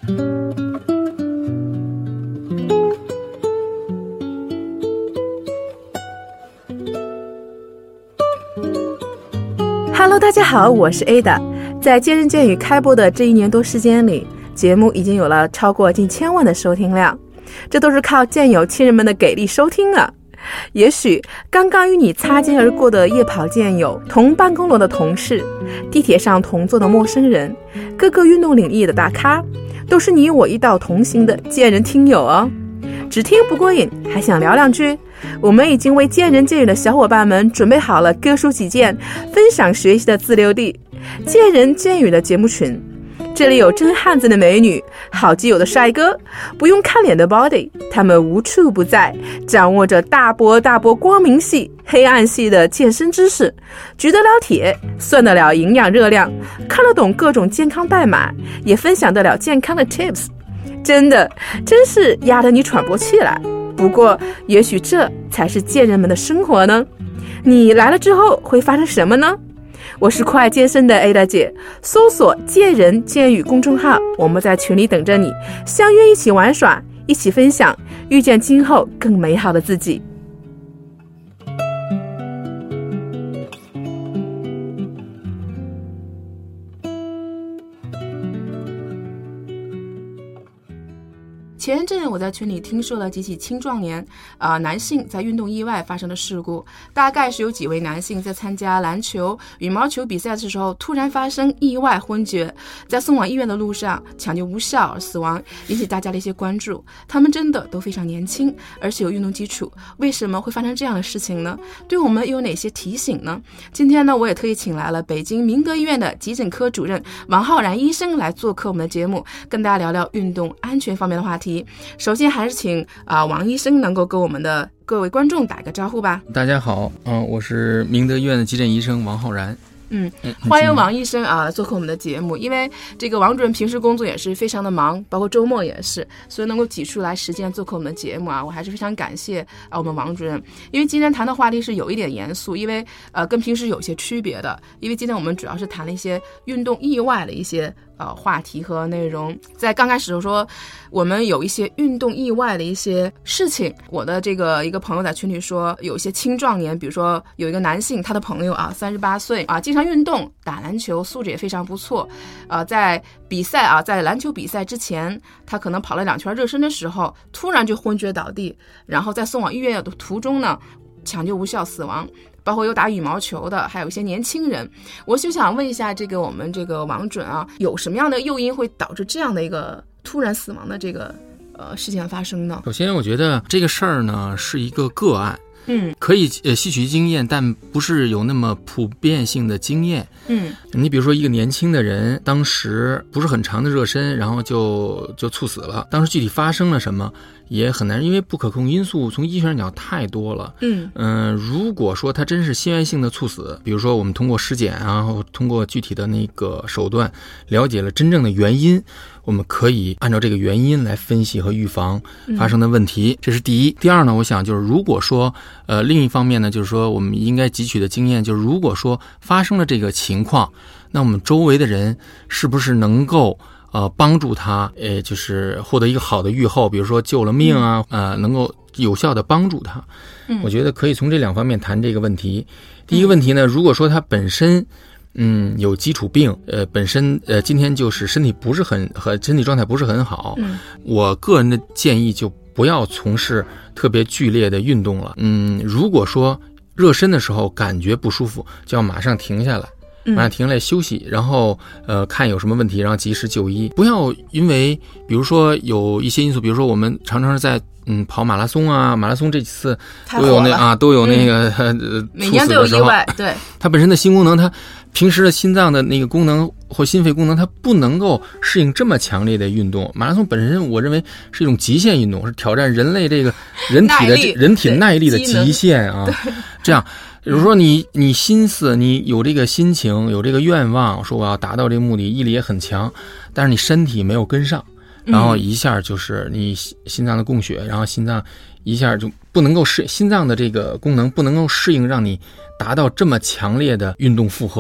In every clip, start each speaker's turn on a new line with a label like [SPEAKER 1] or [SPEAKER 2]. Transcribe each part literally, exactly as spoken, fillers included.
[SPEAKER 1] Hello， 大家好，我是 Ada。在健人健语开播的这一年多时间里，节目已经有了超过近千万的收听量，这都是靠健友亲人们的给力收听啊！也许刚刚与你擦肩而过的夜跑健友、同办公楼的同事、地铁上同坐的陌生人、各个运动领域的大咖，都是你我一道同行的健人听友哦。只听不过瘾，还想聊两句？我们已经为健人健语的小伙伴们准备好了各抒己见、分享学习的自留地——健人健语的节目群。这里有真汉子的美女，好基友的帅哥，不用看脸的 body， 他们无处不在，掌握着大波大波光明系、黑暗系的健身知识，举得了铁，算得了营养热量，看得懂各种健康代码，也分享得了健康的 tips。真的，真是压得你喘不过气来。不过，也许这才是健人们的生活呢。你来了之后会发生什么呢？我是酷爱健身的 Ada 姐，搜索健人健语公众号，我们在群里等着你，相约一起玩耍，一起分享，遇见今后更美好的自己。前一阵我在群里听说了几起青壮年啊、呃、男性在运动意外发生的事故，大概是有几位男性在参加篮球、羽毛球比赛的时候突然发生意外昏厥，在送往医院的路上抢救无效而死亡，引起大家的一些关注。他们真的都非常年轻，而且有运动基础，为什么会发生这样的事情呢？对我们有哪些提醒呢？今天呢，我也特意请来了北京明德医院的急诊科主任王浩然医生来做客我们的节目，跟大家聊聊运动安全方面的话题。首先还是请啊、呃、王医生能够跟我们的各位观众打个招呼吧。
[SPEAKER 2] 大家好，嗯、呃，我是明德医院的急诊医生王浩然。
[SPEAKER 1] 嗯，欢迎王医生啊做客我们的节目。因为这个王主任平时工作也是非常的忙，包括周末也是，所以能够挤出来时间做客我们的节目啊，我还是非常感谢啊我们王主任。因为今天谈的话题是有一点严肃，因为呃跟平时有些区别的，因为今天我们主要是谈了一些运动意外的一些呃话题和内容。在刚开始的时候，我们有一些运动意外的一些事情，我的这个一个朋友在群里说，有一些青壮年，比如说有一个男性，他的朋友啊三十八岁啊，经常运动，打篮球，素质也非常不错，呃，在比赛啊，在篮球比赛之前，他可能跑了两圈热身的时候，突然就昏厥倒地，然后在送往医院的途中呢，抢救无效死亡。包括有打羽毛球的，还有一些年轻人。我就想问一下，这个我们这个王准啊，有什么样的诱因会导致这样的一个突然死亡的这个呃事件发生呢？
[SPEAKER 2] 首先，我觉得这个事儿呢是一个个案。
[SPEAKER 1] 嗯，
[SPEAKER 2] 可以呃吸取经验，但不是有那么普遍性的经验。
[SPEAKER 1] 嗯，
[SPEAKER 2] 你比如说一个年轻的人，当时不是很长的热身，然后就就猝死了。当时具体发生了什么也很难，因为不可控因素从医学上讲太多了。
[SPEAKER 1] 嗯
[SPEAKER 2] 嗯、呃，如果说他真是心源性的猝死，比如说我们通过尸检啊，然后通过具体的那个手段了解了真正的原因，我们可以按照这个原因来分析和预防发生的问题。嗯、这是第一。第二呢，我想就是如果说呃另一方面呢，就是说我们应该汲取的经验就是，如果说发生了这个情况，那我们周围的人是不是能够呃帮助他，呃就是获得一个好的预后，比如说救了命啊，呃能够有效的帮助他。
[SPEAKER 1] 嗯，
[SPEAKER 2] 我觉得可以从这两方面谈这个问题。第一个问题呢，如果说他本身嗯有基础病，呃本身呃今天就是身体不是很和身体状态不是很好，
[SPEAKER 1] 嗯，我
[SPEAKER 2] 个人的建议就不要从事特别剧烈的运动了。嗯，如果说热身的时候感觉不舒服，就要马上停下来。马上停下来休息，然后呃看有什么问题，然后及时就医。不要因为比如说有一些因素，比如说我们常常是在嗯跑马拉松啊，马拉松这几次都有那啊都有那个、嗯呃、
[SPEAKER 1] 每年都有意外，对，
[SPEAKER 2] 它本身的心功能，它平时的心脏的那个功能或心肺功能，它不能够适应这么强烈的运动。马拉松本身我认为是一种极限运动，是挑战人类这个人体的人体耐力的极限啊，这样。比如说你你心思你有这个心情有这个愿望，说我要达到这个目的，毅力也很强，但是你身体没有跟上，然后一下就是你心脏的供血，然后心脏一下就不能够适心脏的这个功能不能够适应让你达到这么强烈的运动负荷，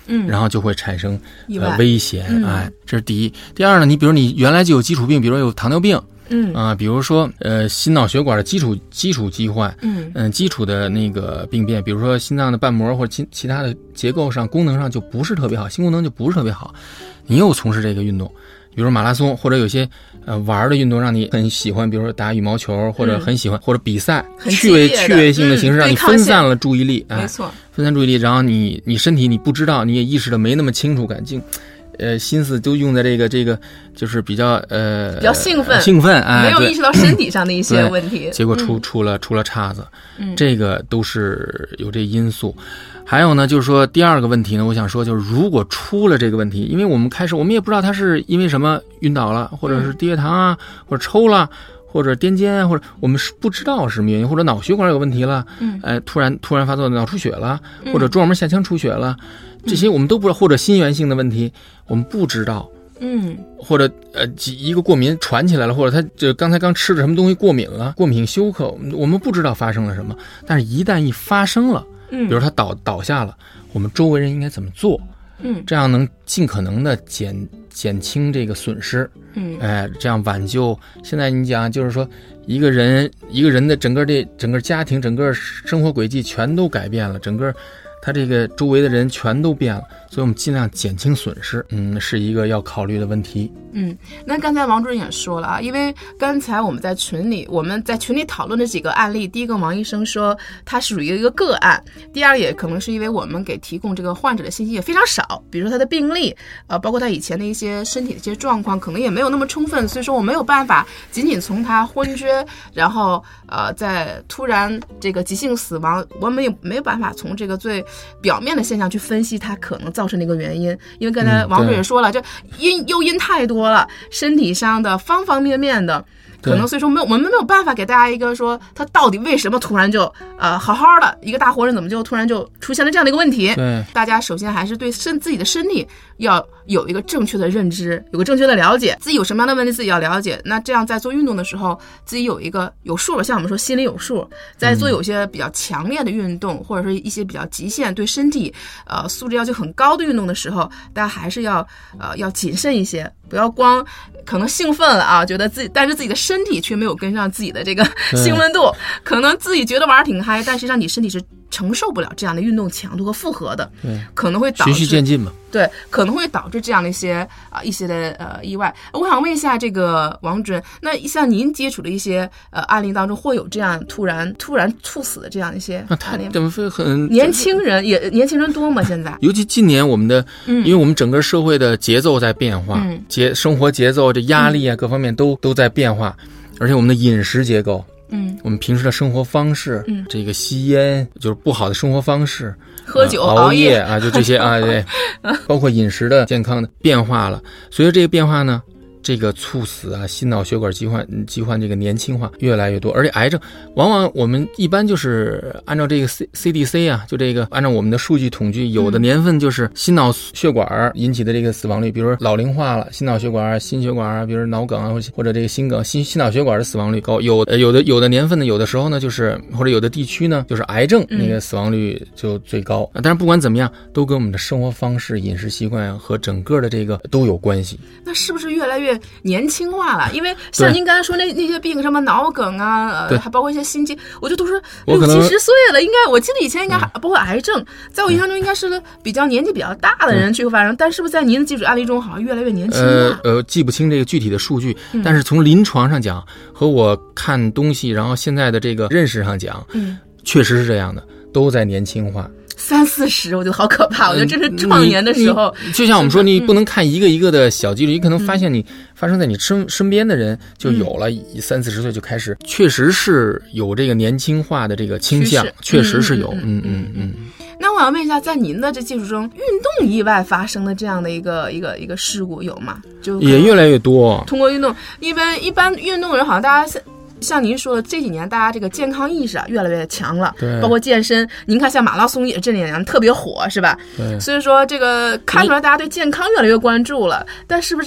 [SPEAKER 1] 嗯，
[SPEAKER 2] 然后就会产生呃危险，
[SPEAKER 1] 嗯、
[SPEAKER 2] 哎，这是第一。第二呢，你比如你原来就有基础病，比如有糖尿病。
[SPEAKER 1] 嗯
[SPEAKER 2] 啊，比如说呃心脑血管的基础基础疾患，
[SPEAKER 1] 嗯
[SPEAKER 2] 嗯、呃、基础的那个病变，比如说心脏的瓣膜或者其其他的结构上功能上就不是特别好，心功能就不是特别好，你又从事这个运动，比如说马拉松或者有些呃玩的运动让你很喜欢，比如说打羽毛球或者很喜欢、嗯、或者比赛趣味趣味性的形式让你分散了注意力，
[SPEAKER 1] 嗯、没错，
[SPEAKER 2] 分散注意力，然后你你身体你不知道，你也意识的没那么清楚干净。呃，心思都用在这个这个，就是比较呃
[SPEAKER 1] 比较兴奋，
[SPEAKER 2] 兴奋，哎，
[SPEAKER 1] 没有意识到身体上的一些问题，
[SPEAKER 2] 结果出、嗯、出了出了岔子，嗯，这个都是有这因素。还有呢，就是说第二个问题呢，我想说就是如果出了这个问题，因为我们开始我们也不知道他是因为什么晕倒了，或者是低血糖啊，嗯、或者抽了。或者癫痫，或者我们是不知道是什么原因，或者脑血管有问题了，嗯，呃，突然突然发作脑出血了，或者状门下腔出血了，嗯、这些我们都不知道，或者心源性的问题我们不知道，
[SPEAKER 1] 嗯，
[SPEAKER 2] 或者呃一个过敏传起来了，或者他就刚才刚吃的什么东西过敏了，过敏休克，我们不知道发生了什么，但是一旦一发生了，嗯，比如他倒倒下了，我们周围人应该怎么做？嗯，这样能尽可能的减减轻这个损失，嗯，哎，这样挽救。现在你讲就是说，一个人一个人的整个这整个家庭、整个生活轨迹全都改变了，整个他这个周围的人全都变了，所以我们尽量减轻损失，嗯，是一个要考虑的问题。
[SPEAKER 1] 嗯，那刚才王主任也说了啊，因为刚才我们在群里我们在群里讨论的几个案例，第一个王医生说他属于一个个案，第二也可能是因为我们给提供这个患者的信息也非常少，比如说他的病历，呃，包括他以前的一些身体的一些状况，可能也没有那么充分，所以说我没有办法仅仅从他昏厥，然后呃，在突然这个急性死亡，我们也没有办法从这个最表面的现象去分析他可能造成的一个原因，因为刚才王主任也说了，这因诱因太多了，身体上的方方面面的，可能所以说没有我们没有办法给大家一个说他到底为什么突然就呃好好的一个大活人怎么就突然就出现了这样的一个问题。
[SPEAKER 2] 对，
[SPEAKER 1] 大家首先还是对身自己的身体要有一个正确的认知，有个正确的了解，自己有什么样的问题自己要了解，那这样在做运动的时候自己有一个有数了，像我们说心里有数，在做有些比较强烈的运动、嗯、或者是一些比较极限对身体呃素质要求很高的运动的时候，大家还是要呃要谨慎一些，不要光可能兴奋了啊，觉得自己但是自己的身体却没有跟上自己的这个兴奋度，可能自己觉得玩儿挺嗨，但实际上你身体是承受不了这样的运动强度和负荷的，对，可能会导致
[SPEAKER 2] 循序渐进嘛。
[SPEAKER 1] 对，可能会导致这样的一些啊、呃、一些的呃意外。我想问一下这个王主任，那像您接触的一些呃案例当中，会有这样突然突然猝死的这样一些案例吗？
[SPEAKER 2] 怎么会很
[SPEAKER 1] 年轻人也年轻人多吗？现在，
[SPEAKER 2] 尤其近年我们的，嗯、因为我们整个社会的节奏在变化，嗯、节生活节奏这压力啊、嗯、各方面都都在变化，而且我们的饮食结构。嗯，我们平时的生活方式，嗯，这个吸烟就是不好的生活方式，
[SPEAKER 1] 喝酒、
[SPEAKER 2] 啊、熬夜啊，就这些啊，对，包括饮食的健康的变化了。随着这个变化呢，这个猝死啊、心脑血管疾患、疾患这个年轻化越来越多，而且癌症往往我们一般就是按照这个 C C D C 啊，就这个按照我们的数据统计，有的年份就是心脑血管引起的这个死亡率，比如说老龄化了，心脑血管、心血管啊，比如脑梗啊，或者这个心梗、心心脑血管的死亡率高。有呃有的有的年份呢，有的时候呢，就是或者有的地区呢，就是癌症那个死亡率就最高。嗯、但是不管怎么样，都跟我们的生活方式、饮食习惯和整个的这个都有关系。
[SPEAKER 1] 那是不是越来越年轻化了？因为像您刚才说那那些病，什么脑梗啊，呃，还包括一些心肌，我就都是六七十岁了，应该我记得以前应该还、嗯、包括癌症，在我印象中应该是个比较年纪比较大的人去发生，但是不是在您的基础案例中好像越来越年轻了？
[SPEAKER 2] 呃呃，记不清这个具体的数据，嗯、但是从临床上讲和我看东西，然后现在的这个认识上讲，嗯，确实是这样的，都在年轻化。
[SPEAKER 1] 三四十，我觉得好可怕！我觉得这是壮年的时候。
[SPEAKER 2] 就像我们说，你不能看一个一个的小几率，你可能发现你发生在你身身边的人就有了，三四十岁就开始，确实是有这个年轻化的这个倾向，确实是有。嗯嗯嗯。
[SPEAKER 1] 那我想问一下，在您的这技术中，运动意外发生的这样的一个一个一个事故有吗？就
[SPEAKER 2] 也越来越多。
[SPEAKER 1] 通过运动，一般一般运动人好像大家。像您说的，这几年大家这个健康意识啊越来越强了，
[SPEAKER 2] 对，
[SPEAKER 1] 包括健身。您看，像马拉松也这两年特别火，是吧？
[SPEAKER 2] 对。
[SPEAKER 1] 所以说，这个看出来大家对健康越来越关注了。但是不是这个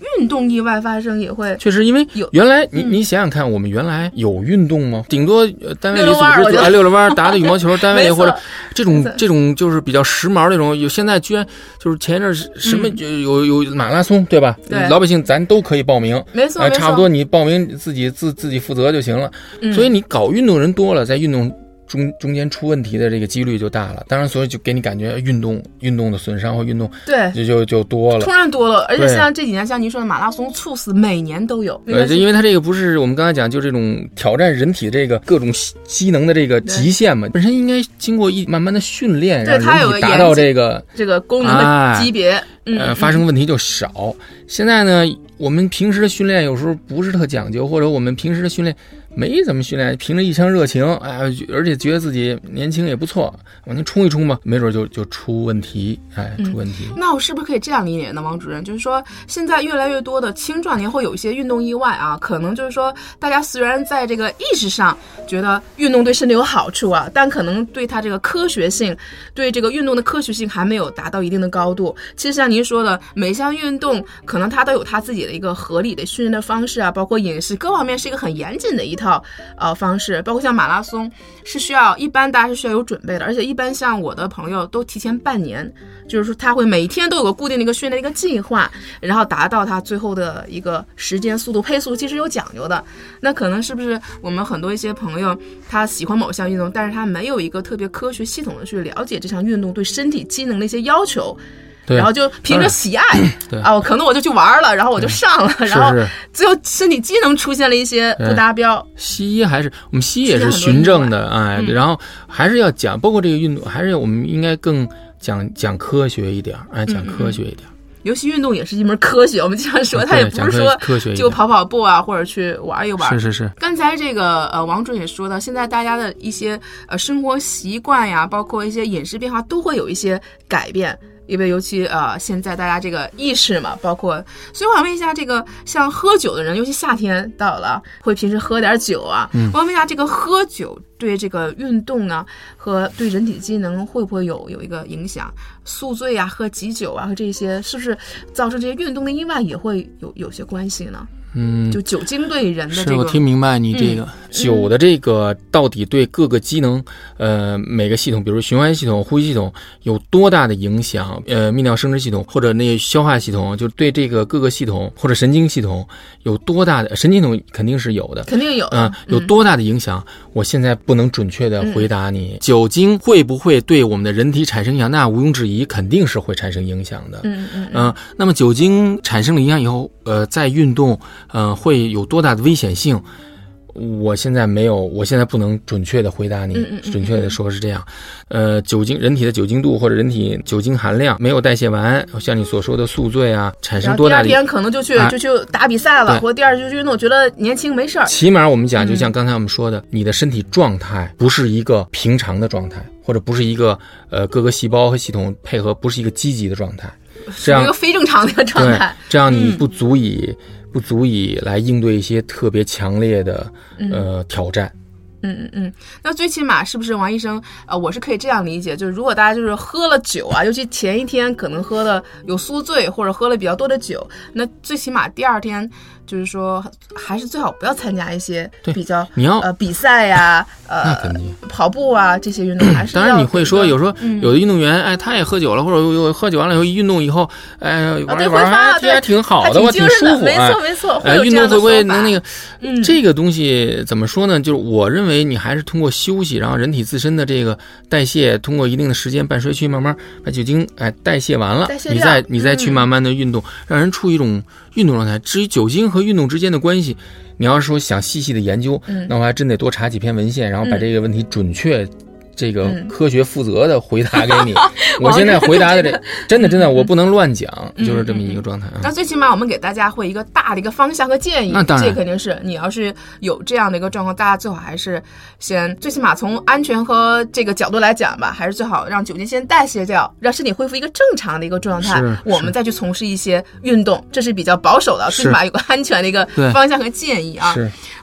[SPEAKER 1] 运动意外发生也会。
[SPEAKER 2] 确实，因为原来你、
[SPEAKER 1] 嗯、
[SPEAKER 2] 你想想看，我们原来有运动吗？顶多单位里组织
[SPEAKER 1] 啊
[SPEAKER 2] 溜溜弯、打打羽毛球，单位里或者这种这种就是比较时髦那种。有现在居然就是前一阵什么、嗯、有有马拉松，对吧？
[SPEAKER 1] 对，
[SPEAKER 2] 老百姓咱都可以报名，
[SPEAKER 1] 没错，
[SPEAKER 2] 呃、差不多你报名自己自自己负责就行了。
[SPEAKER 1] 嗯、
[SPEAKER 2] 所以你搞运动人多了，在运动中中间出问题的这个几率就大了，当然，所以就给你感觉运动运动的损伤或运动
[SPEAKER 1] 对
[SPEAKER 2] 就就就多了，
[SPEAKER 1] 突然多了，而且像这几年像您说的马拉松猝死，每年都有。
[SPEAKER 2] 呃，因为它这个不是我们刚才讲，就这种挑战人体这个各种机能的这个极限嘛，本身应该经过一慢慢的训练，让人体达到这个
[SPEAKER 1] 这个功能的级别，
[SPEAKER 2] 哎、嗯，呃，发生问题就少。现在呢，我们平时的训练有时候不是特讲究，或者我们平时的训练没怎么训练，凭着一腔热情，哎，而且觉得自己年轻也不错，往前冲一冲吧，没准就就出问题，哎，出问题。
[SPEAKER 1] 嗯、那我是不是可以这样理解呢，王主任？就是说，现在越来越多的青壮年会有一些运动意外啊，可能就是说，大家虽然在这个意识上觉得运动对身体有好处啊，但可能对它这个科学性，对这个运动的科学性还没有达到一定的高度。其实像您说的，每项运动可能它都有它自己的一个合理的训练的方式啊，包括饮食各方面是一个很严谨的一套呃方式，包括像马拉松是需要一般大家是需要有准备的，而且一般像我的朋友都提前半年，就是说他会每天都有个固定的一个训练的一个计划，然后达到他最后的一个时间速度配速，其实有讲究的。那可能是不是我们很多一些朋友他喜欢某项运动，但是他没有一个特别科学系统的去了解这项运动对身体机能的一些要求，然后就凭着喜爱啊，我可能我就去玩了，然后我就上了，然后最后身体机能出现了一些不达标。
[SPEAKER 2] 西医还是我们西医也是循证的，哎、嗯，然后还是要讲，包括这个运动，还是我们应该更讲讲科学一点，哎，讲科学一点。
[SPEAKER 1] 嗯嗯，尤其运动也是一门科学，我们经常说，它也不是说就跑跑步啊，或者去玩一玩。
[SPEAKER 2] 是是是。
[SPEAKER 1] 刚才这个呃，王主任也说到，现在大家的一些呃生活习惯呀，包括一些饮食变化，都会有一些改变。因为尤其呃，现在大家这个意识嘛，包括，所以我想问一下，这个像喝酒的人，尤其夏天到了，会平时喝点酒啊。嗯，我想问一下，这个喝酒对这个运动呢和对人体机能会不会有有一个影响？宿醉啊，喝急酒啊，和这些是不是造成这些运动的意外也会有有些关系呢？
[SPEAKER 2] 嗯，
[SPEAKER 1] 就酒精对人的这个，
[SPEAKER 2] 是我听明白你这个、嗯、酒的这个到底对各个机能，呃，每个系统，比如循环系统、呼吸系统有多大的影响？呃，泌尿生殖系统或者那个消化系统，就对这个各个系统或者神经系统有多大的？神经系统肯定是有的，
[SPEAKER 1] 肯定有，
[SPEAKER 2] 嗯、呃，有多大的影响？我现在不能准确的回答你。嗯、酒精会不会对我们的人体产生影响？那毋庸置疑，肯定是会产生影响的。
[SPEAKER 1] 嗯嗯
[SPEAKER 2] 嗯、呃。那么酒精产生了影响以后，呃，在运动。呃，会有多大的危险性？我现在没有，我现在不能准确的回答你，
[SPEAKER 1] 嗯嗯嗯、
[SPEAKER 2] 准确的说是这样。呃，酒精，人体的酒精度或者人体酒精含量没有代谢完，像你所说的宿醉啊，产生多大的？
[SPEAKER 1] 第二天可能就去、啊、就去打比赛了，或者第二天就去运动，觉得年轻没事儿。
[SPEAKER 2] 起码我们讲，就像刚才我们说的，嗯、你的身体状态不是一个平常的状态，或者不是一个呃各个细胞和系统配合不是一个积极的状态，这样
[SPEAKER 1] 一个非正常的一个状态，
[SPEAKER 2] 这样你不足以。嗯不足以来应对一些特别强烈的呃挑战。
[SPEAKER 1] 嗯嗯嗯，那最起码是不是王医生？呃，我是可以这样理解，就是如果大家就是喝了酒啊，尤其前一天可能喝了有宿醉或者喝了比较多的酒，那最起码第二天就是说还是最好不要参加一些比较
[SPEAKER 2] 你要
[SPEAKER 1] 呃比赛呀、啊、呃跑步啊这些运动，还是
[SPEAKER 2] 当然你会说有时候有的运动员、
[SPEAKER 1] 嗯、
[SPEAKER 2] 哎他也喝酒了，或者有喝酒完了以后一运动以后哎玩一玩
[SPEAKER 1] 还
[SPEAKER 2] 还挺好的，我挺舒服，
[SPEAKER 1] 没错没错。
[SPEAKER 2] 哎，运动会不会能那个？
[SPEAKER 1] 嗯，
[SPEAKER 2] 这个东西怎么说呢？就是我认为你还是通过休息，然后人体自身的这个代谢，通过一定的时间半衰期，慢慢把酒精哎代谢完了，你再你再去慢慢的运动，嗯、让人处于一种运动状态。至于酒精和运动之间的关系，你要是说想细细的研究，嗯、那我还真得多查几篇文献，然后把这个问题准确。这个科学负责的回答给你，嗯、我现在回答的这真的真的我不能乱讲，嗯、就是这么一个状态。
[SPEAKER 1] 那最起码我们给大家会一个大的一个方向和建议，
[SPEAKER 2] 那当然
[SPEAKER 1] 这肯定是你要是有这样的一个状况，大家最好还是先最起码从安全和这个角度来讲吧，还是最好让酒精先代谢掉，让身体恢复一个正常的一个状态，我们再去从事一些运动，这是比较保守的，最起码有个安全的一个方向和建议啊。
[SPEAKER 2] 是。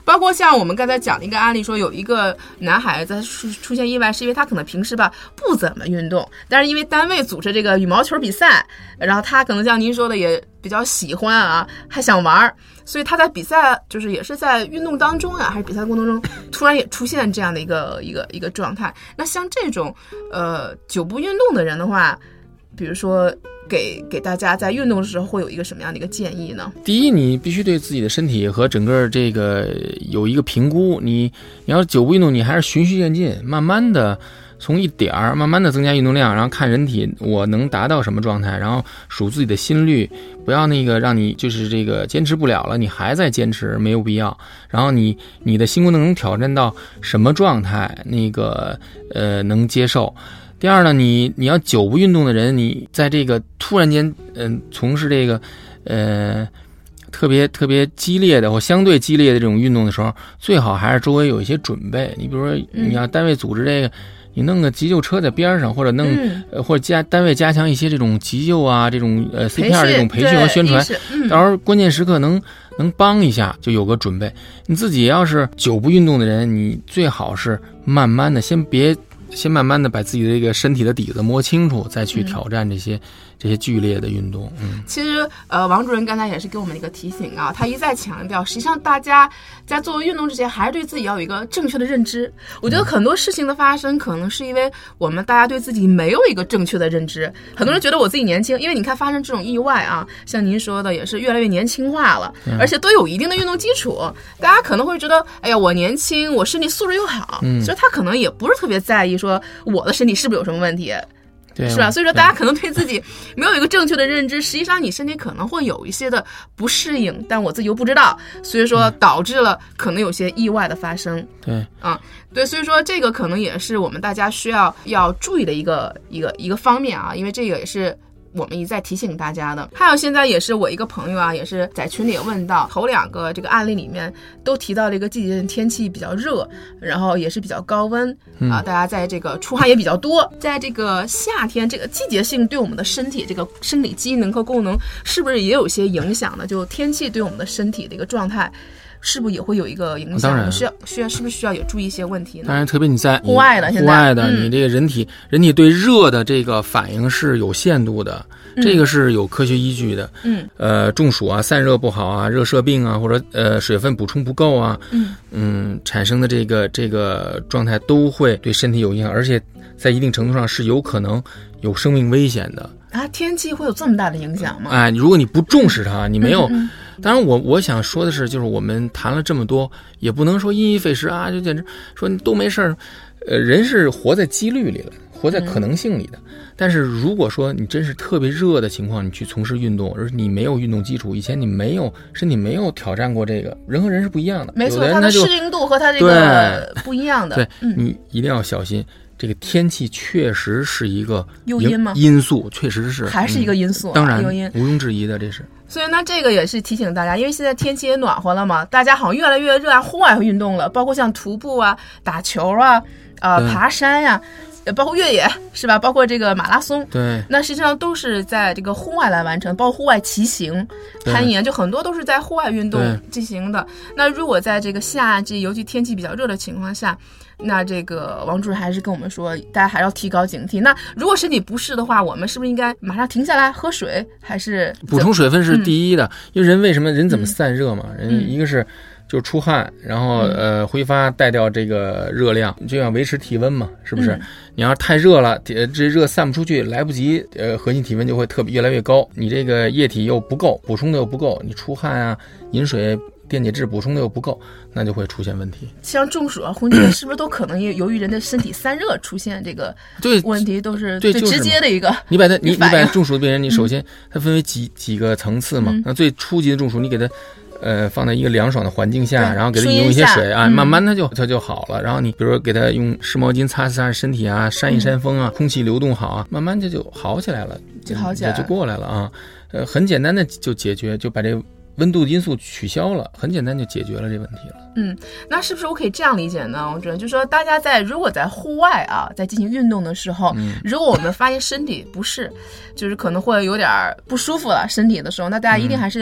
[SPEAKER 1] 包括像我们刚才讲的一个案例，说有一个男孩子出出现意外，是因为他可能平时吧不怎么运动，但是因为单位组织这个羽毛球比赛，然后他可能像您说的也比较喜欢啊，还想玩，所以他在比赛就是也是在运动当中啊，还是比赛过程中突然也出现这样的一个一个一个状态。那像这种呃久不运动的人的话，比如说给给大家在运动的时候会有一个什么样的一个建议呢？
[SPEAKER 2] 第一，你必须对自己的身体和整个这个有一个评估，你你要久不运动，你还是循序渐进，慢慢的从一点儿慢慢的增加运动量，然后看人体我能达到什么状态，然后数自己的心率，不要那个让你就是这个坚持不了了，你还在坚持没有必要。然后你你的心功能能挑战到什么状态，那个呃能接受。第二呢，你你要久不运动的人，你在这个突然间嗯、呃、从事这个呃特别特别激烈的或相对激烈的这种运动的时候，最好还是周围有一些准备。你比如说你要单位组织这个。嗯你弄个急救车在边上，或者弄、嗯呃、或者加单位加强一些这种急救啊，这种呃 C P R 这种培训和宣传，嗯、到时候关键时刻能能帮一下，就有个准备。你自己要是久不运动的人，你最好是慢慢的，先别先慢慢的把自己的这个身体的底子摸清楚，再去挑战这些、嗯、这些剧烈的运动。嗯，
[SPEAKER 1] 其实呃，王主任刚才也是给我们一个提醒啊，他一再强调，实际上大家在做运动之前，还是对自己要有一个正确的认知。我觉得很多事情的发生，可能是因为我们大家对自己没有一个正确的认知。很多人觉得我自己年轻，因为你看发生这种意外啊，像您说的，也是越来越年轻化了，嗯、而且都有一定的运动基础。大家可能会觉得，哎呀，我年轻，我身体素质又好，嗯、所以他可能也不是特别在意说我的身体是不是有什么问题。是吧？所以说大家可能对自己没有一个正确的认知，实际上你身体可能会有一些的不适应，但我自己又不知道，所以说导致了可能有些意外的发生。
[SPEAKER 2] 对，
[SPEAKER 1] 啊，对，所以说这个可能也是我们大家需要要注意的一个一个一个方面啊，因为这个也是我们一再提醒大家的。还有现在也是我一个朋友啊，也是在群里也问到，头两个这个案例里面都提到了一个季节天气比较热，然后也是比较高温、嗯、啊，大家在这个出汗也比较多，在这个夏天这个季节性对我们的身体这个生理机能和功能是不是也有一些影响呢？就天气对我们的身体的一个状态是不是也会有一个影响？
[SPEAKER 2] 当然
[SPEAKER 1] 需要需要是不是需要有注意一些问题呢？
[SPEAKER 2] 当然，特别你在
[SPEAKER 1] 户外的，
[SPEAKER 2] 户外的、
[SPEAKER 1] 嗯、
[SPEAKER 2] 你这个人体人体对热的这个反应是有限度的，嗯、这个是有科学依据的。嗯，呃，中暑啊、散热不好啊、热射病啊，或者呃水分补充不够啊，嗯嗯，产生的这个这个状态都会对身体有影响，而且在一定程度上是有可能有生命危险的。
[SPEAKER 1] 啊，天气会有这么大的影响吗？
[SPEAKER 2] 哎，如果你不重视它，你没有。嗯嗯当然我，我我想说的是，就是我们谈了这么多，也不能说因噎废食啊，就简直说都没事儿。呃，人是活在几率里的，活在可能性里的。嗯、但是如果说你真是特别热的情况，你去从事运动，而你没有运动基础，以前你没有身体没有挑战过这个，人和人是不一样的。
[SPEAKER 1] 没错，
[SPEAKER 2] 他
[SPEAKER 1] 的适应度和他这个不一样的。
[SPEAKER 2] 对，嗯、你一定要小心。这个天气确实是一个
[SPEAKER 1] 诱因吗？
[SPEAKER 2] 因素确实是，
[SPEAKER 1] 还是一个因素、啊
[SPEAKER 2] 嗯，当然
[SPEAKER 1] 诱因
[SPEAKER 2] 毋庸置疑的，这是。
[SPEAKER 1] 所以呢，这个也是提醒大家，因为现在天气也暖和了嘛，大家好像越来越热爱户外运动了，包括像徒步啊、打球啊、呃爬山呀、啊，包括越野是吧？包括这个马拉松，
[SPEAKER 2] 对，
[SPEAKER 1] 那实际上都是在这个户外来完成，包括户外骑行、攀岩，就很多都是在户外运动进行的。那如果在这个夏季，尤其天气比较热的情况下，那这个王主任还是跟我们说，大家还要提高警惕。那如果身体不适的话，我们是不是应该马上停下来喝水？还是
[SPEAKER 2] 补充水分是第一的？嗯、因为人为什么人怎么散热嘛？嗯、人一个是就出汗，然后、嗯、呃挥发带掉这个热量，就要维持体温嘛，是不是？嗯、你要是太热了，这热散不出去，来不及，呃核心体温就会特别越来越高，你这个液体又不够，补充的又不够，你出汗啊，饮水。电解质补充的又不够，那就会出现问题。
[SPEAKER 1] 像中暑啊、昏厥，是不是都可能由于人的身体散热出现这个问题？都是最直接的一个。
[SPEAKER 2] 你把它，你你把中暑的病人，你首先它分为几几个层次嘛？那、嗯、最初级的中暑，你给他呃放在一个凉爽的环境下，然后给他饮用一些水啊，嗯、慢慢它就它就好了。然后你比如说给他用湿毛巾擦拭擦拭身体啊，扇一扇风啊，嗯、空气流动好啊，慢慢这就好起来了，
[SPEAKER 1] 就好起来了，
[SPEAKER 2] 就过来了啊。呃，很简单的就解决，就把这个温度因素取消了，很简单就解决了这问题了。
[SPEAKER 1] 嗯，那是不是我可以这样理解呢？我觉得就是说，大家在如果在户外啊，在进行运动的时候，嗯、如果我们发现身体不适，就是可能会有点不舒服了身体的时候，那大家一定还是要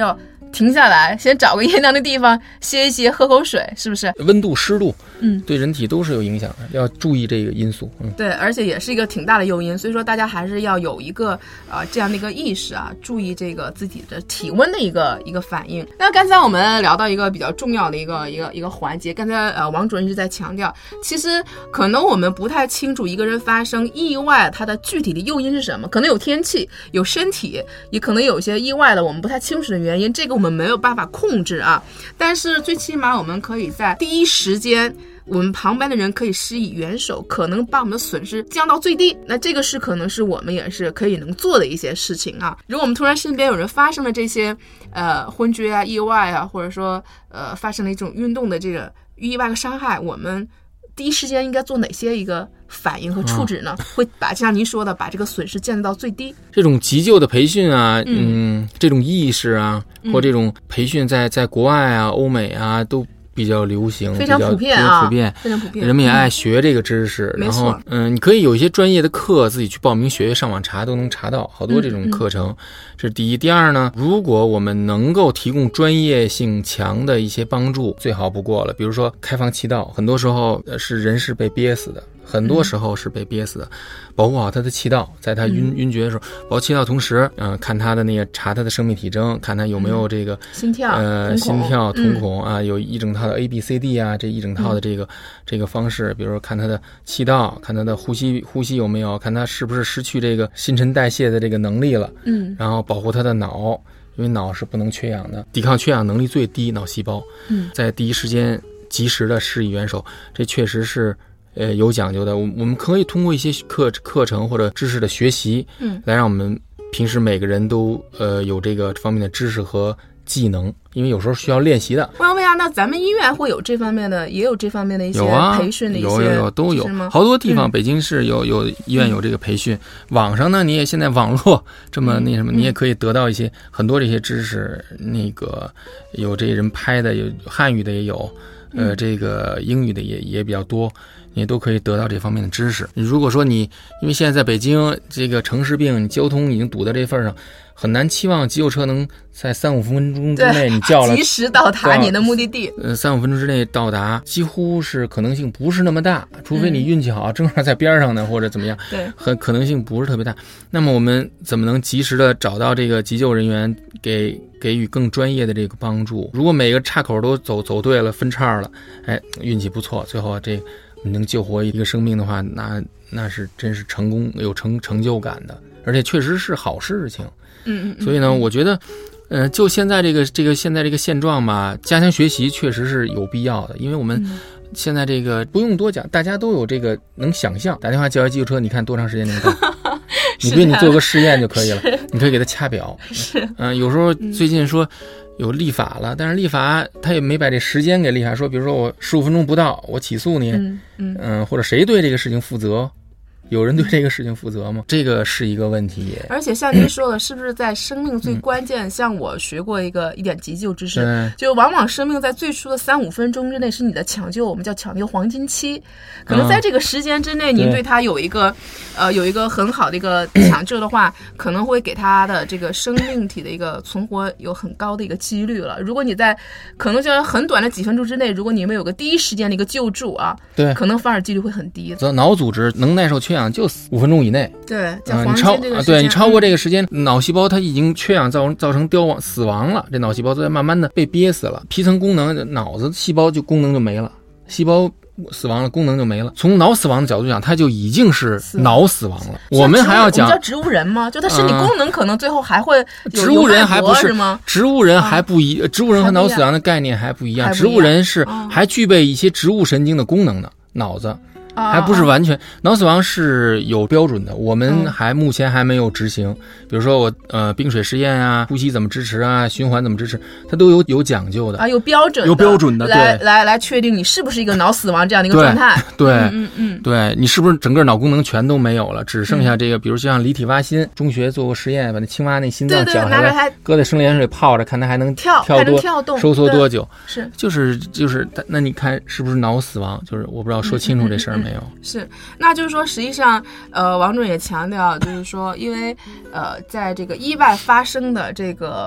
[SPEAKER 1] 停下来，先找个阴凉的地方歇一歇，喝口水，是不是？
[SPEAKER 2] 温度、湿度，
[SPEAKER 1] 嗯，
[SPEAKER 2] 对人体都是有影响的，要注意这个因素。嗯，
[SPEAKER 1] 对，而且也是一个挺大的诱因，所以说大家还是要有一个啊、呃、这样的一个意识啊，注意这个自己的体温的一个一个反应。那刚才我们聊到一个比较重要的一个一个一个环节，刚才呃王主任一直在强调，其实可能我们不太清楚一个人发生意外，它的具体的诱因是什么，可能有天气，有身体，也可能有些意外的我们不太清楚的原因，这个我们没有办法控制啊。但是最起码我们可以在第一时间，我们旁边的人可以施以援手，可能把我们的损失降到最低。那这个是可能是我们也是可以能做的一些事情啊。如果我们突然身边有人发生了这些呃昏厥啊、意外啊，或者说呃发生了一种运动的这个意外的伤害，我们第一时间应该做哪些一个反应和处置呢？啊、会把像您说的，把这个损失降到最低。
[SPEAKER 2] 这种急救的培训啊，嗯，嗯这种意识啊，
[SPEAKER 1] 嗯、
[SPEAKER 2] 或这种培训在在国外啊、欧美啊都比较流行，
[SPEAKER 1] 非常普遍啊，
[SPEAKER 2] 普遍，
[SPEAKER 1] 非常普遍，
[SPEAKER 2] 人们也爱学这个知识。
[SPEAKER 1] 嗯、
[SPEAKER 2] 然后，嗯，你可以有一些专业的课，自己去报名学，上网查都能查到好多这种课程。嗯嗯、这是第一。第二呢，如果我们能够提供专业性强的一些帮助，最好不过了。比如说开放气道，很多时候是人是被憋死的。很多时候是被憋死的，嗯、保护好他的气道，在他晕、嗯、晕厥的时候，保护气道，同时，嗯、呃，看他的那个查他的生命体征，看他有没有这个、
[SPEAKER 1] 嗯、心跳，
[SPEAKER 2] 呃，心跳、
[SPEAKER 1] 瞳
[SPEAKER 2] 瞳孔、嗯、啊，有一整套的 A B C D 啊，这一整套的这个、嗯、这个方式，比如说看他的气道，看他的呼吸呼吸有没有，看他是不是失去这个新陈代谢的这个能力了，
[SPEAKER 1] 嗯，
[SPEAKER 2] 然后保护他的脑，因为脑是不能缺氧的，抵抗缺氧能力最低，脑细胞，
[SPEAKER 1] 嗯，在
[SPEAKER 2] 第一时间及时的施以援手，这确实是。呃，有讲究的，我我们可以通过一些课课程或者知识的学习，
[SPEAKER 1] 嗯，
[SPEAKER 2] 来让我们平时每个人都呃有这个方面的知识和技能，因为有时候需要练习的。
[SPEAKER 1] 我想问一下，那咱们医院会有这方面的，也有这方面的一些培训的一些，
[SPEAKER 2] 有啊，有有有都有，好多地方，
[SPEAKER 1] 嗯、
[SPEAKER 2] 北京市有有医院有这个培训，嗯、网上呢，你也现在网络这么那什么，
[SPEAKER 1] 嗯、
[SPEAKER 2] 你也可以得到一些很多这些知识，那个有这人拍的，有汉语的也有，呃，这个英语的也也比较多。你都可以得到这方面的知识。如果说你因为现在在北京这个城市病，你交通已经堵到这份上，很难期望急救车能在三五分钟之内你叫了
[SPEAKER 1] 及时到达你的目的地。
[SPEAKER 2] 呃，三五分钟之内到达，几乎是可能性不是那么大，除非你运气好，嗯、正好在边上呢，或者怎么样，
[SPEAKER 1] 对，
[SPEAKER 2] 很可能性不是特别大。那么我们怎么能及时的找到这个急救人员，给给予更专业的这个帮助？如果每个岔口都走走对了，分叉了，哎，运气不错，最后这。你能救活一个生命的话，那那是真是成功，有成成就感的，而且确实是好事情。
[SPEAKER 1] 嗯嗯。
[SPEAKER 2] 所以呢，我觉得，呃，就现在这个这个现在这个现状吧，加强学习确实是有必要的，因为我们现在这个不用多讲，大家都有这个能想象，打电话叫一急救车，你看多长时间能到？你对你做个试验就可以了，你可以给他掐表。
[SPEAKER 1] 是。
[SPEAKER 2] 嗯、呃，有时候最近说。有立法了，但是立法他也没把这时间给立法，说比如说我十五分钟不到，我起诉你，
[SPEAKER 1] 嗯嗯、
[SPEAKER 2] 呃，或者谁对这个事情负责？有人对这个事情负责吗？这个是一个问题。
[SPEAKER 1] 而且像您说的，是不是在生命最关键？嗯、像我学过一个一点急救知识，就往往生命在最初的三五分钟之内是你的抢救，我们叫抢救黄金期。可能在这个时间之内，您、嗯、对他有一个呃有一个很好的一个抢救的话，可能会给他的这个生命体的一个存活有很高的一个几率了。如果你在可能就很短的几分钟之内，如果你们有个第一时间的一个救助啊，
[SPEAKER 2] 对，
[SPEAKER 1] 可能反而几率会很低。
[SPEAKER 2] 脑组织能耐受缺氧就五分钟以内，
[SPEAKER 1] 对，叫
[SPEAKER 2] 黄金这个时间、呃、你超对你超过这个时间，嗯、脑细胞它已经缺氧造成造成凋亡死亡了，这脑细胞都在慢慢的被憋死了，皮层功能，脑子细胞就功能就没了，细胞死亡了，功能就没了。从脑死亡的角度讲，它就已经是脑死亡了。我们还要讲，
[SPEAKER 1] 我们叫植物人吗？就它身体功能可能最后还会有、
[SPEAKER 2] 呃、植物人还不是
[SPEAKER 1] 吗？
[SPEAKER 2] 植物人还不一，啊、植物人和脑死亡的概念还不一样。植物人是还具备一些植物神经的功能的，脑子。还不是完全，脑死亡是有标准的，我们还目前还没有执行。比如说我呃冰水实验啊，呼吸怎么支持啊，循环怎么支持，它都有有讲究的
[SPEAKER 1] 啊，有标准的，
[SPEAKER 2] 有标准的，
[SPEAKER 1] 来来来确定你是不是一个脑死亡这样的一个状态。
[SPEAKER 2] 对，
[SPEAKER 1] 嗯嗯嗯，
[SPEAKER 2] 对你是不是整个脑功能全都没有了，只剩下这个，比如像离体挖心，中学做过实验，把那青蛙那心脏绞下来，搁在生理盐水泡着，看它还能
[SPEAKER 1] 跳
[SPEAKER 2] 跳多
[SPEAKER 1] 跳动
[SPEAKER 2] 收缩多久，
[SPEAKER 1] 是
[SPEAKER 2] 就是就是，那你看是不是脑死亡？就是我不知道说清楚这事儿没有。
[SPEAKER 1] 嗯嗯嗯嗯是。那就是说，实际上，呃，王主任也强调，就是说，因为，呃，在这个意外发生的这个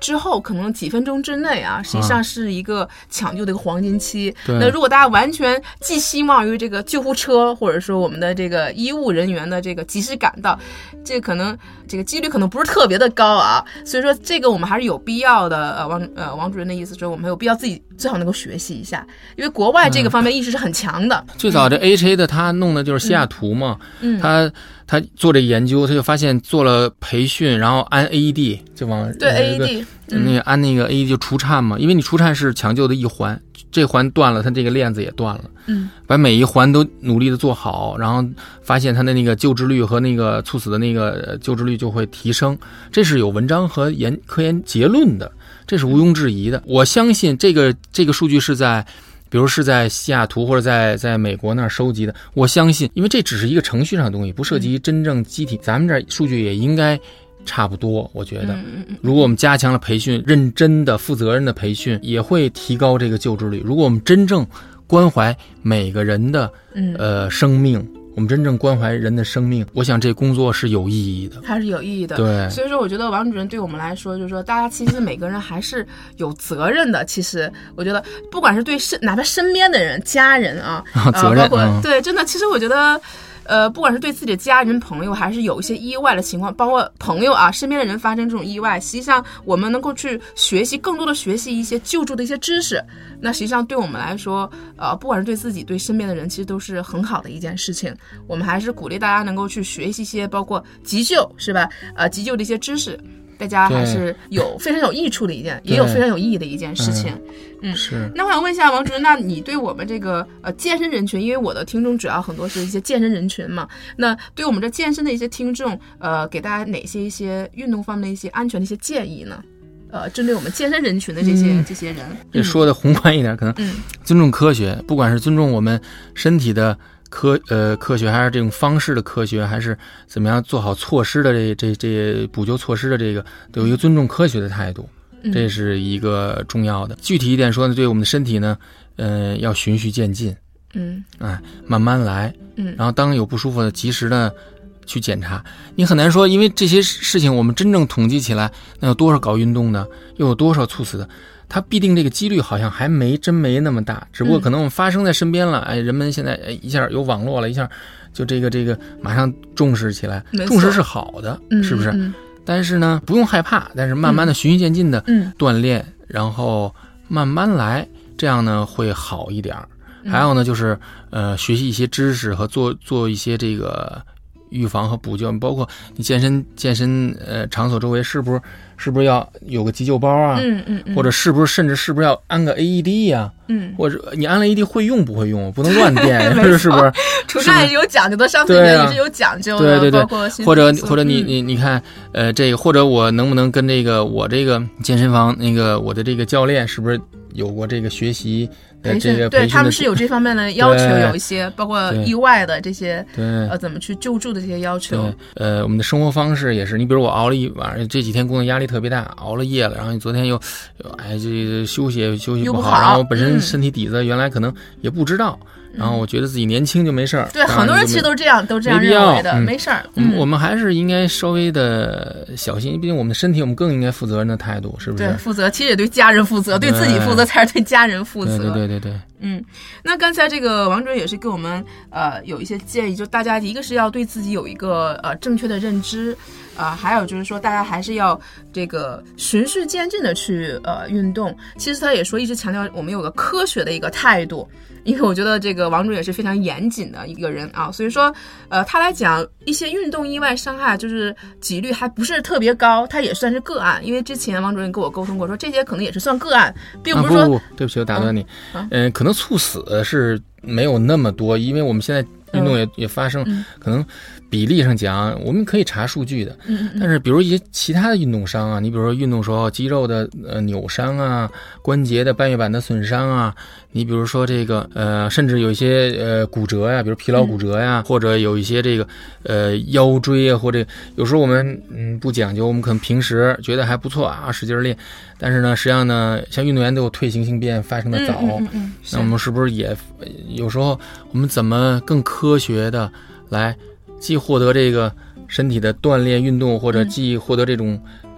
[SPEAKER 1] 之后可能几分钟之内啊，实际上是一个抢救的一个黄金期。
[SPEAKER 2] 嗯、
[SPEAKER 1] 那如果大家完全寄希望于这个救护车或者说我们的这个医务人员的这个及时赶到，这可能这个几率可能不是特别的高啊。所以说这个我们还是有必要的。呃，王呃王主任的意思说，我们有必要自己最好能够学习一下，因为国外这个方面意识是很强的。
[SPEAKER 2] 嗯、最早这 A H A 的他弄的就是西雅图嘛，嗯，他他做这研究，他就发现做了培训，然后安 A E D 就往
[SPEAKER 1] 对 A E D、
[SPEAKER 2] 嗯、那个安那个 A E D 就除颤嘛，因为你除颤是抢救的一环，这环断了，他这个链子也断了，
[SPEAKER 1] 嗯，
[SPEAKER 2] 把每一环都努力的做好，然后发现他的那个救治率和那个猝死的那个救治率就会提升，这是有文章和研科研结论的，这是毋庸置疑的。我相信这个这个数据是在。比如是在西雅图或者在在美国那儿收集的，我相信，因为这只是一个程序上的东西，不涉及真正机体，咱们这数据也应该差不多。我觉得，如果我们加强了培训，认真的、负责任的培训，也会提高这个救治率。如果我们真正关怀每个人的呃生命。我们真正关怀人的生命，我想这工作是有意义的，
[SPEAKER 1] 它是有意义的。
[SPEAKER 2] 对，
[SPEAKER 1] 所以说我觉得王主任对我们来说，就是说大家其实每个人还是有责任的。其实我觉得，不管是对身，哪怕身边的人、家人啊，
[SPEAKER 2] 啊责任，
[SPEAKER 1] 呃、包括、
[SPEAKER 2] 嗯、
[SPEAKER 1] 对，真的，其实我觉得。呃，不管是对自己的家人朋友，还是有一些意外的情况，包括朋友啊，身边的人发生这种意外，实际上我们能够去学习更多的学习一些救助的一些知识，那实际上对我们来说，呃，不管是对自己对身边的人，其实都是很好的一件事情。我们还是鼓励大家能够去学习一些包括急救，是吧？呃，急救的一些知识。大家还是有非常有益处的一件，也有非常有意义的一件事情。嗯，
[SPEAKER 2] 是。
[SPEAKER 1] 那我想问一下王主任，那你对我们这个呃健身人群，因为我的听众主要很多是一些健身人群嘛，那对我们这健身的一些听众，呃，给大家哪些一些运动方面的一些安全的一些建议呢？呃，针对我们健身人群的这些、嗯、这些人，
[SPEAKER 2] 这说的宏观一点，可能尊重科学，不管是尊重我们身体的。科呃科学还是这种方式的科学，还是怎么样做好措施的这这这补救措施的这个，都有一个尊重科学的态度，这是一个重要的。具体一点说呢，对我们的身体呢，呃，要循序渐进，
[SPEAKER 1] 嗯，
[SPEAKER 2] 哎，慢慢来，
[SPEAKER 1] 嗯，
[SPEAKER 2] 然后当有不舒服的，及时的去检查。你很难说，因为这些事情我们真正统计起来，那有多少搞运动的，又有多少猝死的。它必定这个几率好像还没真没那么大，只不过可能我们发生在身边了，哎，人们现在哎一下有网络了，一下就这个这个马上重视起来，重视是好的，是不是？
[SPEAKER 1] 嗯嗯、
[SPEAKER 2] 但是呢，不用害怕，但是慢慢的循序渐进的锻炼，嗯、然后慢慢来，这样呢会好一点。还有呢，就是呃学习一些知识和做做一些这个预防和补救，包括你健身健身呃场所周围是不是是不是要有个急救包啊？
[SPEAKER 1] 嗯嗯嗯，
[SPEAKER 2] 或者是不是甚至是不是要安个 A E D 呀、啊？
[SPEAKER 1] 嗯，
[SPEAKER 2] 或者你安了 A E D 会用不会用？不能乱垫，是是不是？
[SPEAKER 1] 除颤有讲究的，上次也是有讲究的，
[SPEAKER 2] 对对对，
[SPEAKER 1] 包括
[SPEAKER 2] 或者或者你你你看呃这个，或者我能不能跟这个我这个健身房那个我的这个教练是不是有过这个学习？
[SPEAKER 1] 培
[SPEAKER 2] 训、这个、
[SPEAKER 1] 对他们是有这方面的要求，有一些包括意外的这些呃怎么去救助的这些要求。
[SPEAKER 2] 呃，我们的生活方式也是，你比如我熬了一晚上，这几天工作压力特别大，熬了夜了，然后你昨天又哎这休息休息不好，
[SPEAKER 1] 不好
[SPEAKER 2] 然后本身身体底子原来可能也不知道。嗯然后我觉得自己年轻就没事儿，
[SPEAKER 1] 对，很多人其实都这样，都这样认为的，没事儿。
[SPEAKER 2] 嗯，我们还是应该稍微的小心，毕竟我们的身体，我们更应该负责任的态度，是不是？
[SPEAKER 1] 对，负责，其实也对家人负责，对自己负责才是对家人负责。
[SPEAKER 2] 对对对对对。
[SPEAKER 1] 嗯，那刚才这个王主任也是给我们呃有一些建议，就大家一个是要对自己有一个呃正确的认知。啊、呃，还有就是说，大家还是要这个循序渐进的去呃运动。其实他也说，一直强调我们有个科学的一个态度，因为我觉得这个王主任也是非常严谨的一个人啊，所以说呃，他来讲一些运动意外伤害就是几率还不是特别高，他也算是个案。因为之前王主任跟我沟通过，说这些可能也是算个案，并不是说、
[SPEAKER 2] 啊、不不不对不起，我打断你，嗯、呃，可能猝死是没有那么多，因为我们现在运动也、嗯、也发生，
[SPEAKER 1] 嗯、
[SPEAKER 2] 可能比例上讲，我们可以查数据的。
[SPEAKER 1] 嗯嗯。
[SPEAKER 2] 但是，比如一些其他的运动伤啊，你比如说运动时候肌肉的呃扭伤啊，关节的半月板的损伤啊，你比如说这个呃，甚至有一些呃骨折呀，比如疲劳骨折呀，嗯、或者有一些这个呃腰椎啊，或者有时候我们嗯不讲究，我们可能平时觉得还不错啊，使劲练，但是呢，实际上呢，像运动员都有退行性变发生的早，
[SPEAKER 1] 嗯嗯嗯嗯、
[SPEAKER 2] 那我们是不是也有时候我们怎么更科学的来？既获得这个身体的锻炼运动，或者既获得这种、嗯、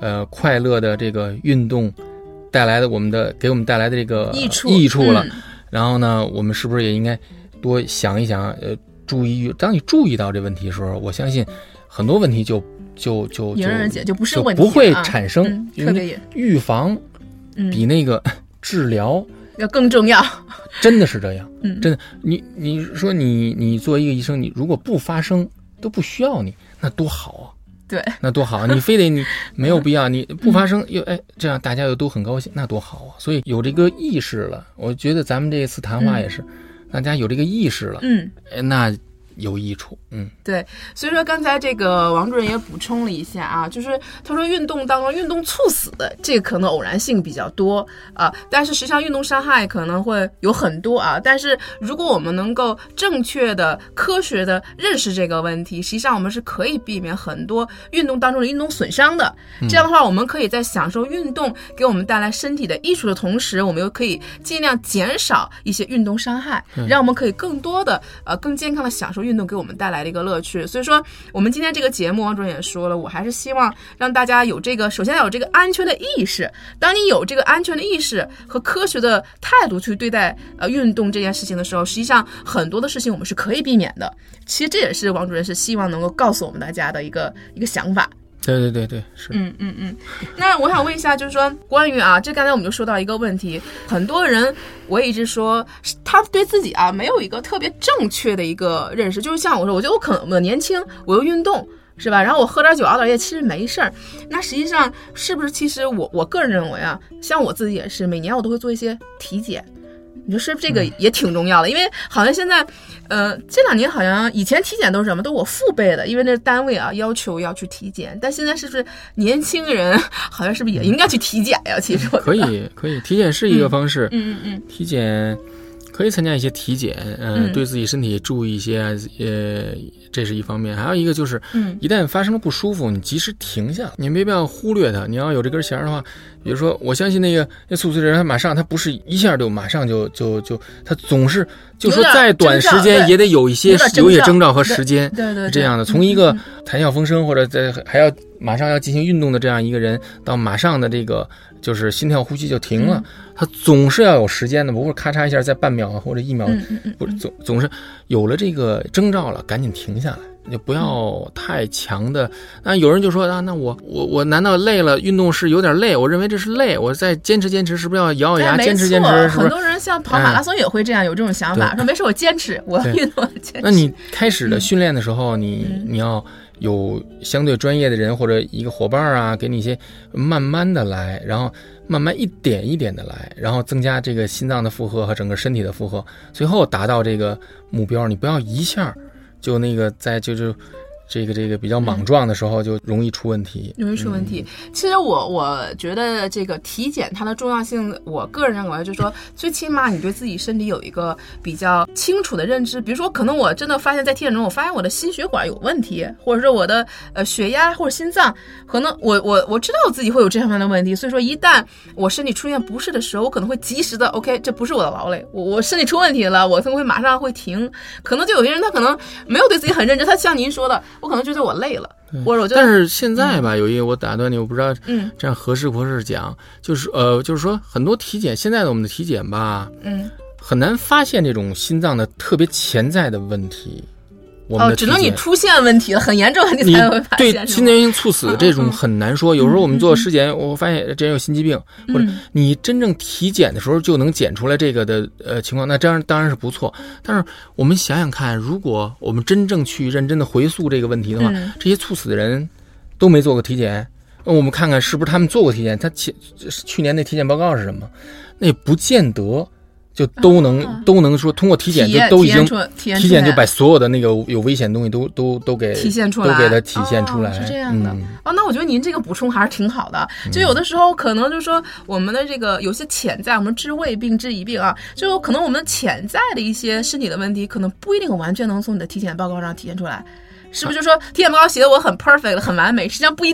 [SPEAKER 2] 呃快乐的这个运动带来的我们的给我们带来的这个
[SPEAKER 1] 益处
[SPEAKER 2] 益处了、
[SPEAKER 1] 嗯、
[SPEAKER 2] 然后呢我们是不是也应该多想一想，呃注意当你注意到这问题的时候，我相信很多问题就就就
[SPEAKER 1] 迎刃而解，就不是问题，
[SPEAKER 2] 就不会产生、
[SPEAKER 1] 嗯、特别
[SPEAKER 2] 预防比那个治疗
[SPEAKER 1] 要更重要，
[SPEAKER 2] 真的是这样，
[SPEAKER 1] 嗯，
[SPEAKER 2] 真的。你你说你你作为一个医生，你如果不发生都不需要你，那多好啊！
[SPEAKER 1] 对，
[SPEAKER 2] 那多好啊！你非得你没有必要，你不发生又哎，这样大家又都很高兴，那多好啊！所以有这个意识了，我觉得咱们这一次谈话也是，嗯、大家有这个意识了，
[SPEAKER 1] 嗯，
[SPEAKER 2] 那有益处，嗯，
[SPEAKER 1] 对，所以说刚才这个王主任也补充了一下啊，就是他说运动当中运动猝死的这个可能偶然性比较多啊，但是实际上运动伤害可能会有很多啊，但是如果我们能够正确的科学的认识这个问题，实际上我们是可以避免很多运动当中的运动损伤的，这样的话我们可以在享受运动给我们带来身体的益处的同时，我们又可以尽量减少一些运动伤害，让我们可以更多的呃更健康的享受运动给我们带来的一个乐趣。所以说我们今天这个节目王主任也说了，我还是希望让大家有这个首先要有这个安全的意识，当你有这个安全的意识和科学的态度去对待呃运动这件事情的时候，实际上很多的事情我们是可以避免的。其实这也是王主任是希望能够告诉我们大家的一个一个想法。
[SPEAKER 2] 对对对对，是。
[SPEAKER 1] 嗯嗯嗯。那我想问一下，就是说关于啊，这刚才我们就说到一个问题，很多人我也一直说他对自己啊没有一个特别正确的一个认识，就是像我说，我觉得我可能我年轻，我又运动。是吧？然后我喝点酒熬点夜，其实没事儿。那实际上是不是？其实我我个人认为啊，像我自己也是，每年我都会做一些体检。你说是不是这个也挺重要的？嗯、因为好像现在，呃，这两年好像以前体检都是什么，都我父辈的，因为那单位啊要求要去体检。但现在是不是年轻人好像是不是也应该去体检呀？其实我
[SPEAKER 2] 可以可以，体检是一个方式。
[SPEAKER 1] 嗯嗯嗯，
[SPEAKER 2] 体检。可以参加一些体检，呃、嗯，对自己身体注意一些，呃，这是一方面。还有一个就是，嗯，一旦发生了不舒服，你及时停下，你没必要忽略它。你要有这根弦的话，比如说，我相信那个那猝死的人，他马上他不是一下就马上就就就，他总是就说在短时间也得有一些有一些征兆和时间，
[SPEAKER 1] 对 对, 对, 对
[SPEAKER 2] 这样的。从一个谈笑风生或者在还要马上要进行运动的这样一个人，到马上的这个就是心跳呼吸就停了。嗯，它总是要有时间的，不是咔嚓一下在半秒或者一秒，
[SPEAKER 1] 嗯嗯、
[SPEAKER 2] 不是总总是有了这个征兆了，赶紧停下来，就不要太强的。那有人就说啊，那我我我难道累了？运动是有点累，我认为这是累，我再坚持坚持，是不是要咬咬牙坚持坚持？是不是？
[SPEAKER 1] 很多人像跑马拉松也会这样，嗯、有这种想法，说没事我坚持，我运动坚持。
[SPEAKER 2] 那你开始的训练的时候，嗯、你你要有相对专业的人或者一个伙伴啊，给你一些慢慢的来，然后。慢慢一点一点的来，然后增加这个心脏的负荷和整个身体的负荷，最后达到这个目标。你不要一下就那个在就就这个这个比较莽撞的时候就容易出问题，
[SPEAKER 1] 容易出问题。嗯、其实我我觉得这个体检它的重要性，我个人认为就是说，最起码你对自己身体有一个比较清楚的认知。比如说，可能我真的发现，在体检中，我发现我的心血管有问题，或者说我的呃血压或者心脏，可能我我我知道我自己会有这方面的问题。所以说，一旦我身体出现不适的时候，我可能会及时的 OK， 这不是我的劳累，我我身体出问题了，我可能会马上会停。可能就有些人他可能没有对自己很认真，他像您说的。我可能觉得我累了，或者我觉得，
[SPEAKER 2] 但是现在吧，嗯、有一个我打断你，我不知道，
[SPEAKER 1] 嗯，
[SPEAKER 2] 这样合适不合适讲，就是呃，就是说很多体检，现在的我们的体检吧，
[SPEAKER 1] 嗯，
[SPEAKER 2] 很难发现这种心脏的特别潜在的问题。我们的
[SPEAKER 1] 哦，只能你出现问题了，很严重你才会发现。
[SPEAKER 2] 对心脏性猝死这种很难说，嗯嗯、有时候我们做尸检，嗯、我发现这人有心肌病，
[SPEAKER 1] 嗯、
[SPEAKER 2] 或者你真正体检的时候就能检出来这个的呃情况，那这样当然是不错。但是我们想想看，如果我们真正去认真的回溯这个问题的话，
[SPEAKER 1] 嗯、
[SPEAKER 2] 这些猝死的人都没做过体检，我们看看是不是他们做过体检，他去去年那体检报告是什么？那也不见得。就都能、啊、都能说通过体检就都已经体检就把所有的那个有危险东西都都都给
[SPEAKER 1] 体现出来，
[SPEAKER 2] 都给它体现出来，
[SPEAKER 1] 哦、是这样的。
[SPEAKER 2] 嗯、
[SPEAKER 1] 哦，那我觉得您这个补充还是挺好的。就有的时候可能就是说我们的这个有些潜在，我们知未病知已病啊，就可能我们潜在的一些身体的问题，可能不一定完全能从你的体检报告上体现出来，是不是？就说体检报告写的我很 perfect 很完美，实际上不一定。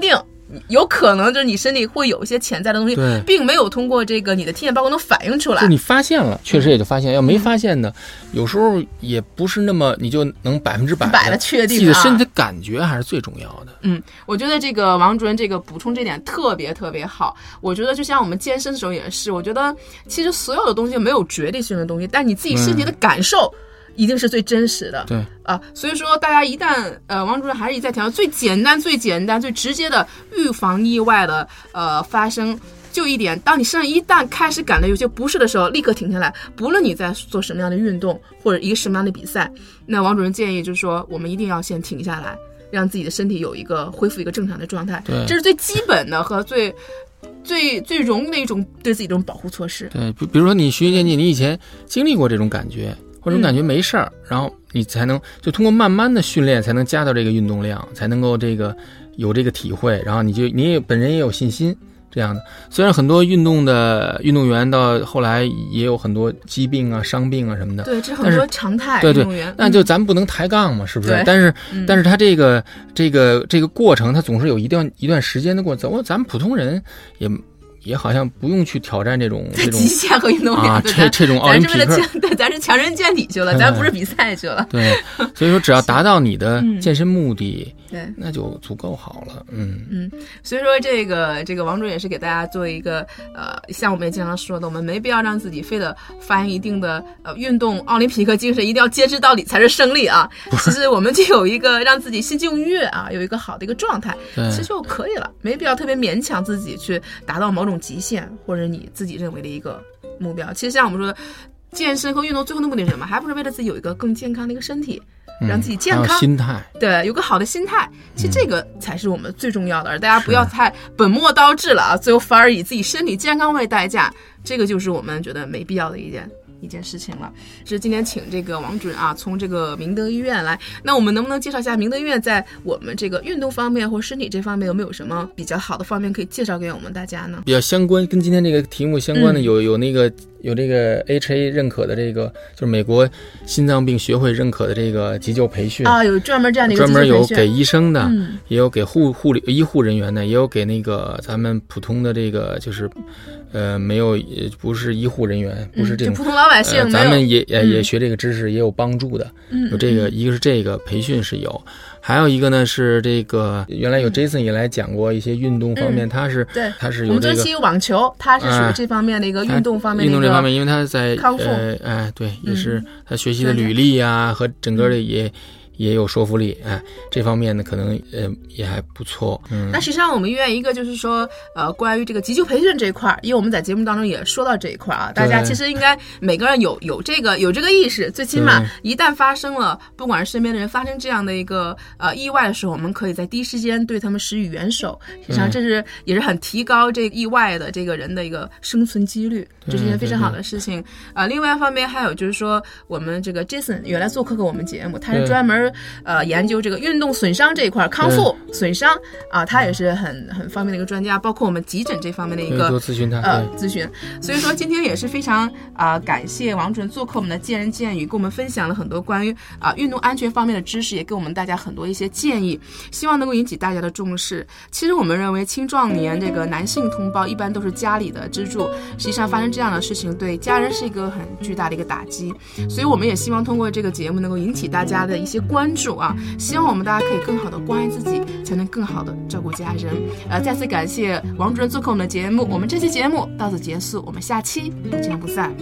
[SPEAKER 1] 有可能就是你身体会有一些潜在的东西，并没有通过这个你的体检报告能反映出来。
[SPEAKER 2] 就你发现了，确实也就发现，要没发现的，有时候也不是那么你就能百分之百
[SPEAKER 1] 百的确定、啊，
[SPEAKER 2] 自己的身体的感觉还是最重要的。
[SPEAKER 1] 嗯，我觉得这个王主任这个补充这点特别特别好。我觉得就像我们健身的时候也是，我觉得其实所有的东西没有绝对性的东西，但你自己身体的感受。嗯一定是最真实的，
[SPEAKER 2] 对
[SPEAKER 1] 啊，所以说大家一旦呃，王主任还是一再强调最简单、最简单、最直接的预防意外的呃发生，就一点，当你身上一旦开始感到有些不适的时候，立刻停下来，不论你在做什么样的运动或者一个什么样的比赛，那王主任建议就是说，我们一定要先停下来，让自己的身体有一个恢复一个正常的状态，这是最基本的和最。最最容易的一种对自己这种保护措施。
[SPEAKER 2] 对，比如说你学习剑技，你以前经历过这种感觉，或者感觉没事儿、嗯，然后你才能就通过慢慢的训练，才能加到这个运动量，才能够这个有这个体会，然后你就你也本人也有信心。这样的，虽然很多运动的运动员到后来也有很多疾病啊、伤病啊什么的，
[SPEAKER 1] 对，这很多常态
[SPEAKER 2] 对对
[SPEAKER 1] 运动员，
[SPEAKER 2] 那就咱不能抬杠嘛，是不是？
[SPEAKER 1] 对，
[SPEAKER 2] 但是、
[SPEAKER 1] 嗯、
[SPEAKER 2] 但是他这个这个这个过程，他总是有一段一段时间的过程。我咱们普通人也。也好像不用去挑战这种这种
[SPEAKER 1] 极限和运动量
[SPEAKER 2] 啊，这这种奥林匹克，
[SPEAKER 1] 对，咱是强身健体去了，咱不是比赛去了。
[SPEAKER 2] 对，所以说只要达到你的健身目的，
[SPEAKER 1] 对、嗯，
[SPEAKER 2] 那就足够好了。嗯
[SPEAKER 1] 嗯，所以说这个这个王主任也是给大家做一个呃，像我们也经常说的，我们没必要让自己非得发扬一定的呃运动奥林匹克精神，一定要坚持到底才是胜利啊。其实我们就有一个让自己心境愉悦啊，有一个好的一个状态，其实就可以了，没必要特别勉强自己去达到某种极限或者你自己认为的一个目标。其实像我们说的健身和运动最后的目的是什么？还不是为了自己有一个更健康的一个身体，
[SPEAKER 2] 嗯、
[SPEAKER 1] 让自己健康
[SPEAKER 2] 心态，
[SPEAKER 1] 对，有个好的心态。其实这个才是我们最重要的，而大家不要太本末倒置了啊，最后反而以自己身体健康为代价，这个就是我们觉得没必要的一件一件事情了。是今天请这个王主任啊，从这个明德医院来，那我们能不能介绍一下明德医院在我们这个运动方面或身体这方面有没有什么比较好的方面可以介绍给我们大家呢？
[SPEAKER 2] 比较相关，跟今天这个题目相关的有、嗯、有那个有这个 H A 认可的这个，就是美国心脏病学会认可的这个急救培训
[SPEAKER 1] 啊，有专门这样的一个
[SPEAKER 2] 专门有给医生的，
[SPEAKER 1] 嗯、
[SPEAKER 2] 也有给护护理医护人员的，也有给那个咱们普通的这个就是。呃，没有，不是医护人员，不是这种、
[SPEAKER 1] 嗯、普通老百姓、
[SPEAKER 2] 呃，咱们也也、嗯、也学这个知识，也有帮助的。
[SPEAKER 1] 嗯，
[SPEAKER 2] 有这个，一个是这个培训是有，还有一个呢是这个原来有 Jason 也来讲过一些运动方面，
[SPEAKER 1] 嗯、
[SPEAKER 2] 他是
[SPEAKER 1] 对，
[SPEAKER 2] 他是有这个。
[SPEAKER 1] 我们这期网球，他是属于这方面的一个运动方面的一个、
[SPEAKER 2] 运动这方面，因为他在
[SPEAKER 1] 康复，
[SPEAKER 2] 呃，哎，对，也是他学习的履历啊、嗯、和整个的也。嗯也有说服力，哎，这方面呢可能呃也还不错。嗯，
[SPEAKER 1] 那实际上我们医院一个就是说，呃，关于这个急救培训这一块，因为我们在节目当中也说到这一块啊，大家其实应该每个人有有这个有这个意识，最起码一旦发生了，不管是身边的人发生这样的一个呃意外的时候，我们可以在第一时间对他们施予援手，实际上这是也是很提高这个意外的这个人的一个生存几率，这是一件非常好的事情。啊、呃，另外一方面还有就是说，我们这个 Jason 原来做客过我们节目，他是专门。呃，研究这个运动损伤这一块，康复损伤啊，他也是很很方面的一个专家，包括我们急诊这方面的一个
[SPEAKER 2] 多咨询他
[SPEAKER 1] 呃咨询。所以说今天也是非常啊、呃、感谢王主任做客我们的健人健语，跟我们分享了很多关于啊、呃、运动安全方面的知识，也给我们大家很多一些建议，希望能够引起大家的重视。其实我们认为青壮年这个男性同胞一般都是家里的支柱，实际上发生这样的事情对家人是一个很巨大的一个打击，所以我们也希望通过这个节目能够引起大家的一些关注。啊，希望我们大家可以更好的关爱自己，才能更好的照顾家人。呃，再次感谢王主任做客我们的节目，我们这期节目到此结束，我们下期不见不散。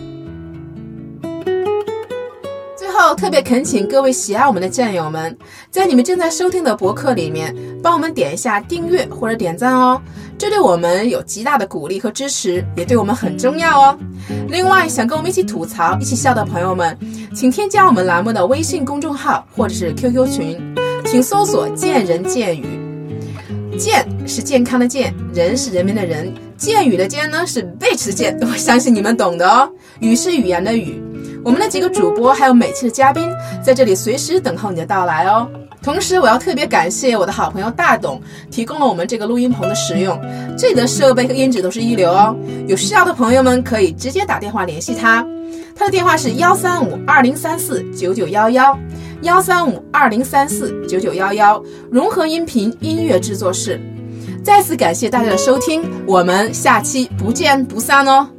[SPEAKER 1] 最后特别恳请各位喜爱我们的战友们，在你们正在收听的博客里面帮我们点一下订阅或者点赞哦，这对我们有极大的鼓励和支持，也对我们很重要哦。另外想跟我们一起吐槽一起笑的朋友们，请添加我们栏目的微信公众号或者是 Q Q 群，请搜索健人健语。健是健康的健，人是人民的人，健语的健呢是贝齿的健，我相信你们懂的哦。语是语言的语。我们的几个主播还有每期的嘉宾在这里随时等候你的到来哦。同时我要特别感谢我的好朋友大董提供了我们这个录音棚的使用，这里的设备和音质都是一流哦。有需要的朋友们可以直接打电话联系他，他的电话是幺三五二零三四九九幺幺幺三五二零三四九九幺幺，融合音频音乐制作室。 再次感谢大家的收听，我们下期不见不散哦。